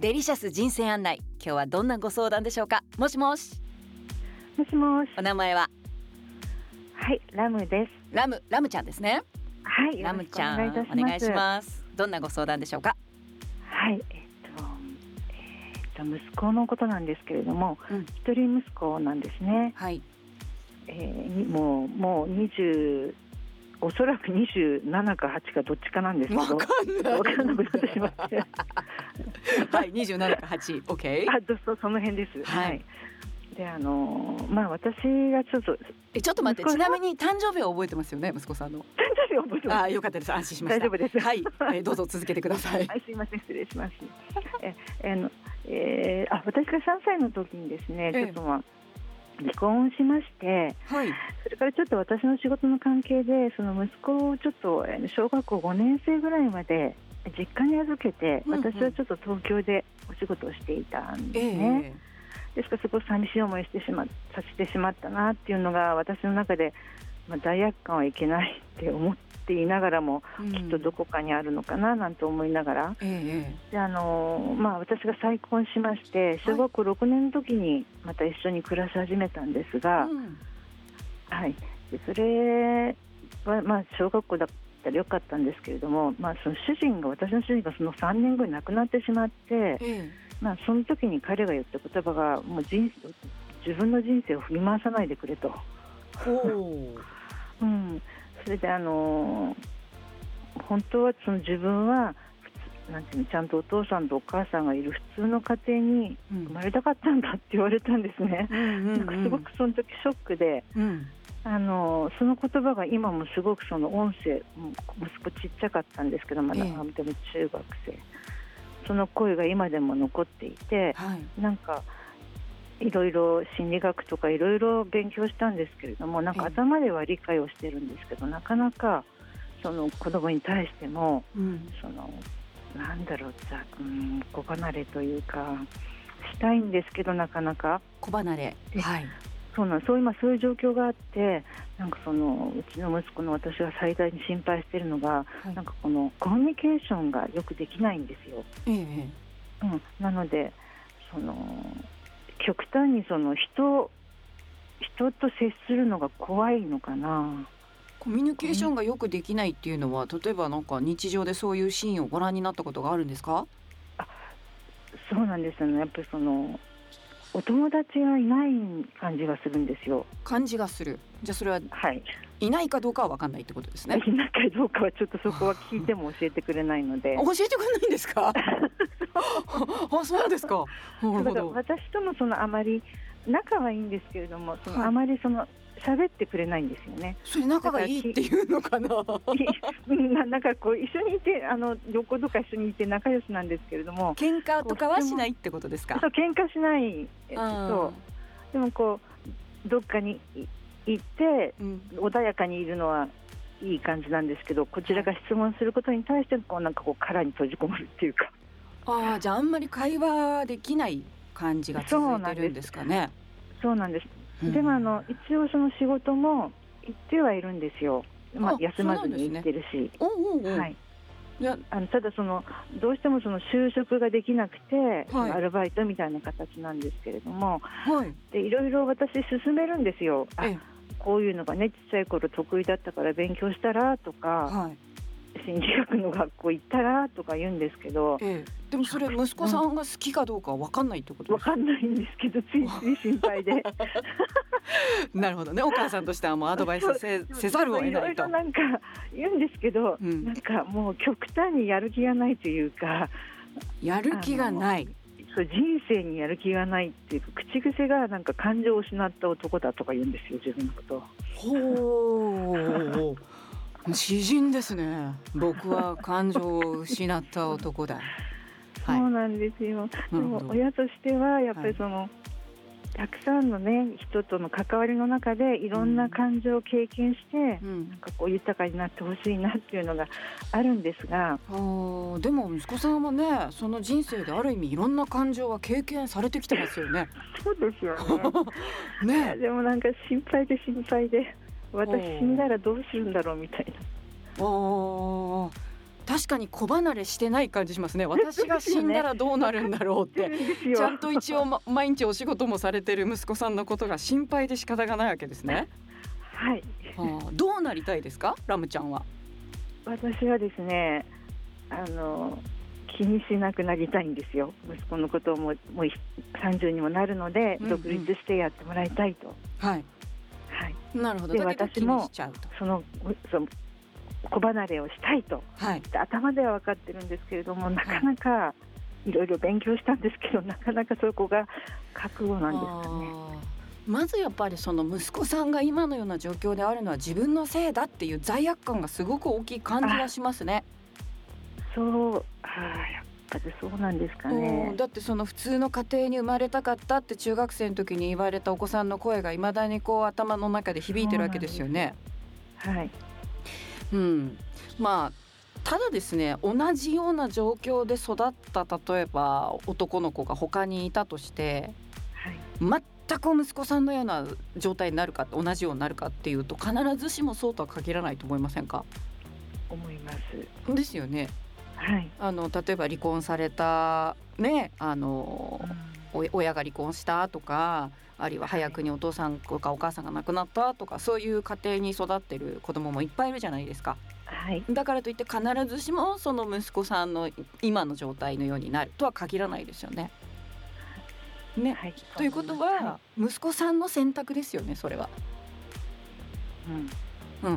デリシャス人生案内、今日はどんなご相談でしょうか。もしもし。 もしもし。 お名前は？ はい、ラムです。 ラムちゃんですね。 はい、 ラムちゃん、お願いします。どんなご相談でしょうか。 はい、息子のことなんですけれども、一人息子なんですね。 はい。 もう20、おそらく27か8かどっちかなんですけど、 わかんなくなってしまってはい、27か8、OK。 その辺です。 はい。 はい。で、私がちょっと待って、ちなみに誕生日は覚えてますよね、息子さんの。 誕生日は覚えてます。 よかったです、安心しました。 大丈夫です。 はい、どうぞ続けてください。 はい、すいません、失礼します。私が3歳の時にですね、ちょっと離婚しまして、 はい、 それからちょっと私の仕事の関係でその息子をちょっと小学校5年生ぐらいまで実家に預けて、私はちょっと東京でお仕事をしていたんですね。ですからすごく寂しい思いさせてしまったなっていうのが私の中で、罪悪感はいけないって思っていながらも、きっとどこかにあるのかななんて思いながら、で私が再婚しまして小学校6年の時にまた一緒に暮らし始めたんですが、はい、でそれは小学校だったらよかったんですけれども、私の主人がその3年後に亡くなってしまって、その時に彼が言った言葉がもう自分の人生を振り回さないでくれと。それで本当はその自分はちゃんとお父さんとお母さんがいる普通の家庭に生まれたかったんだって言われたんですね。なんかすごくその時ショックで、その言葉が今もすごくその音声、息子ちっちゃかったんですけど、まだでも中学生、その声が今でも残っていて、なんかいろいろ心理学とかいろいろ勉強したんですけれども、なんか頭では理解をしてるんですけど、なかなかその子供に対しても、その子離れというかしたいんですけど、なかなか子離れ、 そういう状況があって、なんかうちの息子の私が最大に心配しているのが、なんかこのコミュニケーションがよくできないんですよ。なので極端に人と接するのが怖いのかな。 コミュニケーションがよくできないっていうのは、例えばなんか日常でそういうシーンをご覧になったことがあるんですか？ そうなんですよね。やっぱりお友達がいない感じがするんですよ。 感じがする。じゃあそれは、いないかどうかは分かんないってことですね。 いないかどうかはちょっとそこは聞いても教えてくれないので。 教えてくれないんですか？そうですか。 だから私ともあまり仲はいいんですけれども、あまり喋ってくれないんですよね。 それ仲がいいっていうのかな。 なんか一緒にいてどこどか一緒にいて仲良しなんですけれども、 喧嘩とかはしないってことですか？ そう、喧嘩しない。でもどっかに行って、穏やかにいるのはいい感じなんですけど、こちらが質問することに対して殻に閉じこもるっていうか。 じゃああんまり会話できない感じが続いてるんですかね。 そうなんです。でも一応その仕事も行ってはいるんですよ。休まずに行ってるし。ただどうしても就職ができなくて、アルバイトみたいな形なんですけれども、でいろいろ私勧めるんですよ。こういうのがね、ちっちゃい頃得意だったから勉強したらとか、心理学の学校行ったらとか言うんですけど、 でもそれ息子さんが好きかどうかは分かんないってことですか？ 分かんないんですけど、ついつい心配でなるほどね。お母さんとしてはもうアドバイスせざるを得ないと。いろいろなんか言うんですけど、なんかもう極端にやる気がないというか、 やる気がない、 人生にやる気がないっていうか、口癖がなんか感情を失った男だとか言うんですよ、自分のことを。 詩人ですね。僕は感情を失った男だ。 そうなんですよ。でも親としてはやっぱりたくさんのね、人との関わりの中でいろんな感情を経験して、なんか豊かになってほしいなっていうのがあるんですが、 でも息子さんはね、その人生である意味いろんな感情は経験されてきてますよね。 そうですよね。でもなんか心配で私死んだらどうするんだろうみたいな。 確かに子離れしてない感じしますね。私が死んだらどうなるんだろうってちゃんと一応、毎日お仕事もされてる息子さんのことが心配で仕方がないわけですね。 はい、 どうなりたいですか、ラムちゃんは。 私はですね、気にしなくなりたいんですよ。息子のことをもう30にもなるので、独立してやってもらいたいと。 はい、はい、なるほど。で私もその子離れをしたいと、はい、頭では分かってるんですけれども、なかなかいろいろ勉強したんですけど、なかなかそこが覚悟なんですかね。 まずやっぱりその息子さんが今のような状況であるのは自分のせいだっていう罪悪感がすごく大きい感じがしますね。 そう、やっぱりそうなんですかね。 だってその普通の家庭に生まれたかったって中学生の時に言われたお子さんの声がいまだにこう頭の中で響いてるわけですよね。 はい、 まあただですね、同じような状況で育った例えば男の子が他にいたとして、はい、全く息子さんのような状態になるか、同じようになるかっていうと必ずしもそうとは限らないと思いませんか。 思います。 ですよね。 はい、 例えば離婚された、ね、親が離婚したとか、あるいは早くにお父さんとかお母さんが亡くなったとか、そういう家庭に育ってる子供もいっぱいいるじゃないですか。 はい、 だからといって必ずしもその息子さんの今の状態のようになるとは限らないですよね。ね、はい、ということは、息子さんの選択ですよね、それは。はい、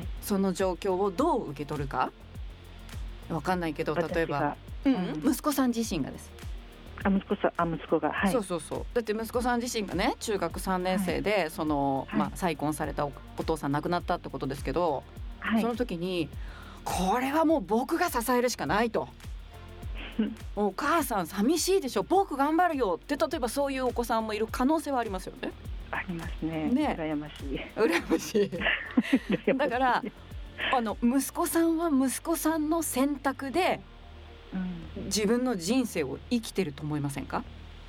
その状況をどう受け取るかわかんないけど、例えば、息子さん自身がです。 息子が、はい、 そうだって息子さん自身がね、中学3年生で、はい、再婚された お父さん亡くなったってことですけど、はい、その時にこれはもう僕が支えるしかないとお母さん寂しいでしょ、僕頑張るよって、例えばそういうお子さんもいる可能性はありますよね。 ありますね。羨ましいだから息子さんは息子さんの選択で、自分の人生を生きてると思いませんか。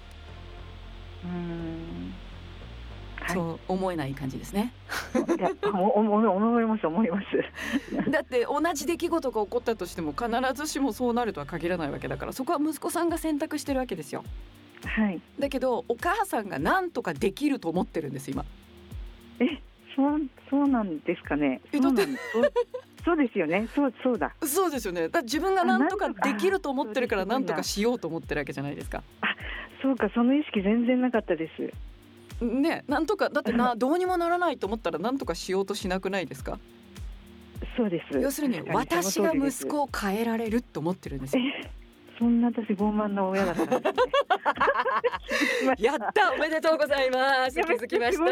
そう思えない感じですね。 思いますだって同じ出来事が起こったとしても必ずしもそうなるとは限らないわけだから、そこは息子さんが選択してるわけですよ。 はい、 だけどお母さんが何とかできると思ってるんです今。 そうなんですかね。そうですよね。そうだ。 そうですよね。だって自分が何とかできると思ってるから何とかしようと思ってるわけじゃないですか。 そうか、その意識全然なかったですね。なんとかだってどうにもならないと思ったら何とかしようとしなくないですか。 そうです。 要するに私が息子を変えられると思ってるんですよ。 そんな私傲慢な親だったんですねやった、おめでとうございます。気づきました。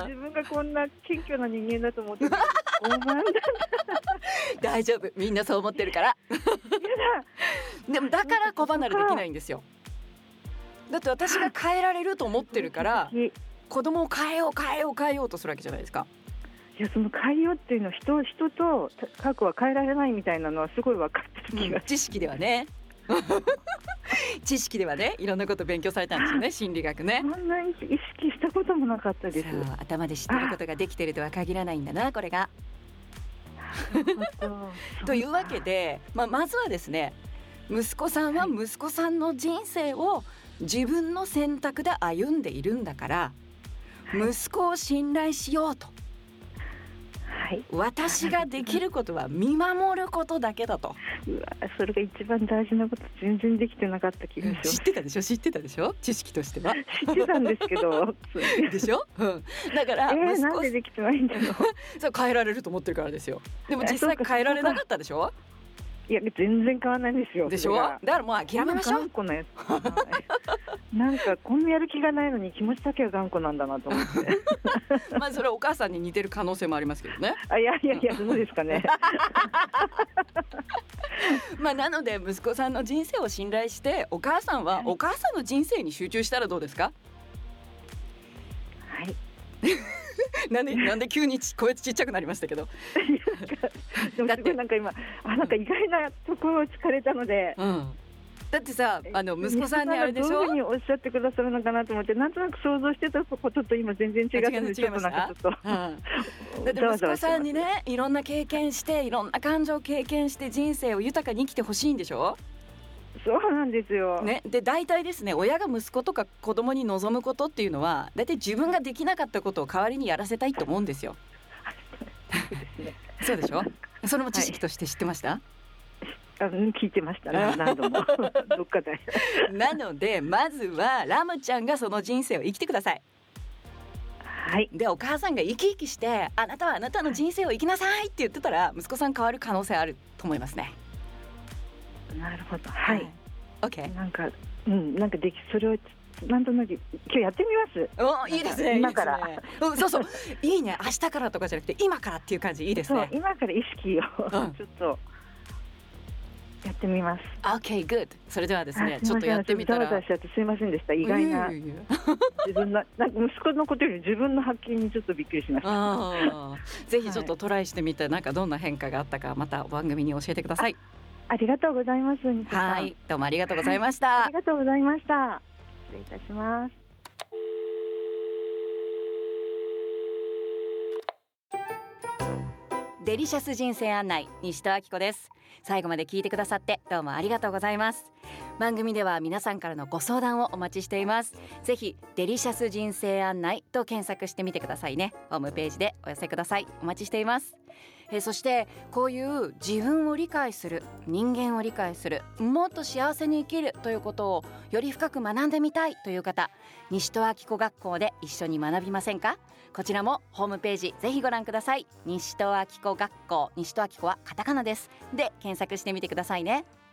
自分がこんな謙虚な人間だと思って傲慢だ大丈夫、みんなそう思ってるからでもだから子離れできないんですよ。だって私が変えられると思ってるから子供を変えようとするわけじゃないですか。 いや、その変えようっていうのは人と核は変えられないみたいなのはすごい分かってる気が、 知識ではね知識ではね、いろんなこと勉強されたんですよね、心理学ね。 そんな意識したこともなかったです。 頭で知ってることができてるとは限らないんだな、これがというわけで、まずはですね、息子さんは息子さんの人生を自分の選択で歩んでいるんだから、息子を信頼しようと、私ができることは見守ることだけだと。 それが一番大事なこと、全然できてなかった気がします。 知ってたでしょ知識としては知ってたんですけどでしょ、だからなんでできてないんだろうそう、変えられるだからですよ。でも実際変えられなかったでしょ。 いや、全然変わらないんですよ。 でしょ。だからもう諦めましょう。 なんかこんなやる気がないのに気持ちだけは頑固なんだなと思ってそれはお母さんに似てる可能性もありますけどね。 いやそうですかねなので息子さんの人生を信頼して、お母さんはお母さんの人生に集中したらどうですか。 はいなんで急に声ちっちゃくなりましたけどでもすごいなんか今なんか意外なところを聞かれたので、 だってさ息子さんにあれでしょ、 どういうふうにおっしゃってくださるのかなと思って、なんとなく想像してたことと今全然違ってる。ちょっとなんかちょっと、 だって息子さんにね、いろんな経験していろんな感情を経験して人生を豊かに生きてほしいんでしょ。 そうなんですよ、 ね、で大体ですね、親が息子とか子供に望むことっていうのは大体自分ができなかったことを代わりにやらせたいと思うんですよ。そうでしょ。それも知識として知ってました？ 聞いてましたね、何度もどっかでなのでまずはラムちゃんがその人生を生きてください。 はい。 でお母さんが生き生きしてあなたはあなたの人生を生きなさいって言ってたら息子さん変わる可能性あると思いますね。 なるほど、はい、 OK。 なんかでき、それをなんとなく今日やってみます。 いいですね、 今から。 そうそう、いいね。明日からとかじゃなくて今からっていう感じいいですね。 そう、今から意識をちょっとやってみます。 OK good。 それではですね、ちょっとやってみたらざわざわしちゃってすいませんでした。意外な自分のなんか息子のことより自分の発見にちょっとびっくりしました。 ぜひちょっとトライしてみて、なんかどんな変化があったかまた番組に教えてください。 ありがとうございます。 はい、どうもありがとうございました。 ありがとうございました。失礼いたします。 デリシャス人生案内、西戸明子です。最後まで聞いてくださってどうもありがとうございます。番組では皆さんからのご相談をお待ちしています。ぜひデリシャス人生案内と検索してみてくださいね。ホームページでお寄せください。お待ちしています。そしてこういう自分を理解する、人間を理解する、もっと幸せに生きるということをより深く学んでみたいという方、西戸明子学校で一緒に学びませんか？こちらもホームページぜひご覧ください。西戸明子学校、西戸明子はカタカナです。で検索してみてくださいね。